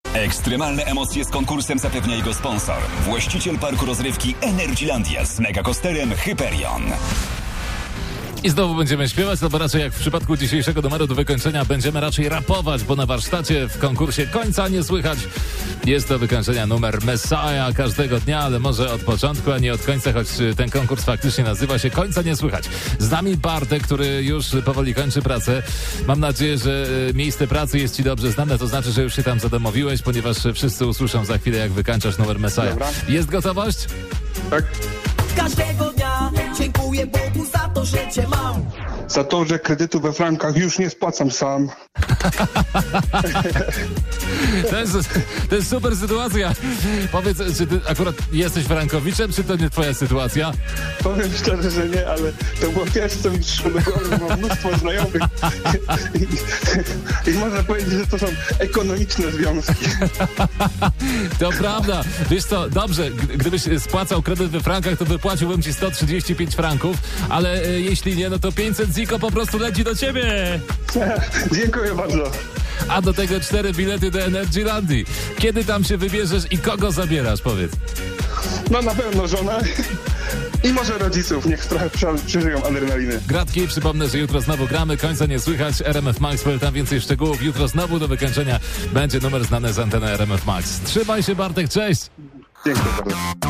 Ekstremalne emocje z konkursem zapewnia jego sponsor. Właściciel parku rozrywki Energylandia z megakosterem Hyperion. I znowu będziemy śpiewać, no bo raczej jak w przypadku dzisiejszego numeru do wykończenia będziemy raczej rapować, bo na warsztacie w konkursie końca nie słychać. Jest do wykończenia numer Messiah każdego dnia, ale może od początku, a nie od końca, choć ten konkurs faktycznie nazywa się Końca nie słychać. Z nami Bartek, który już powoli kończy pracę. Mam nadzieję, że miejsce pracy jest ci dobrze znane, to znaczy, że już się tam zadomowiłeś, ponieważ wszyscy usłyszą za chwilę, jak wykańczasz numer Messiah. Dobra. Jest gotowość? Tak. Każdego dnia dziękuję Bogu za to, że cię mam. Za to, że kredytu we frankach już nie spłacam sam. To jest super sytuacja. Powiedz, czy ty akurat jesteś frankowiczem, czy to nie twoja sytuacja? Powiem szczerze, że nie, ale to było pierwsze, co mi przyszło do głowy. Mam mnóstwo znajomych. I można powiedzieć, że to są ekonomiczne związki. To prawda. Wiesz co, dobrze, gdybyś spłacał kredyt we frankach, to wypłaciłbym ci 135 franków, ale jeśli nie, no to 500 ziko po prostu leci do ciebie. Dziękuję bardzo. A do tego 4 bilety do Energylandii. Kiedy tam się wybierzesz i kogo zabierasz, powiedz? No na pewno żonę i może rodziców. Niech trochę przeżyją adrenaliny. Gratki, przypomnę, że jutro znowu gramy, końca nie słychać, RMF Max, tam więcej szczegółów. Jutro znowu do wykończenia będzie numer znany z anteny RMF Max. Trzymaj się, Bartek, cześć! Dziękuję bardzo.